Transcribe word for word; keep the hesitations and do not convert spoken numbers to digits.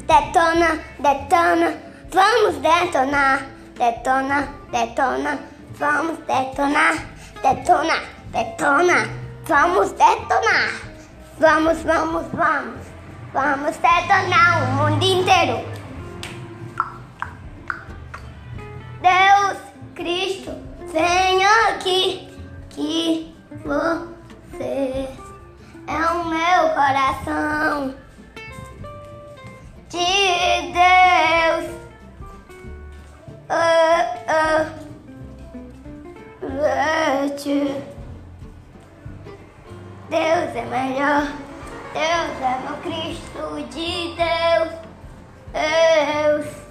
detona, detona, vamos detonar, detona, detona, vamos detonar, detona, detona, vamos detonar, vamos, vamos, vamos, vamos detonar o mundo inteiro. Deus, Cristo, venha aqui, que você é o meu coração. De Deus, oh, oh, Deus é melhor, Deus é meu Cristo. De Deus, Deus.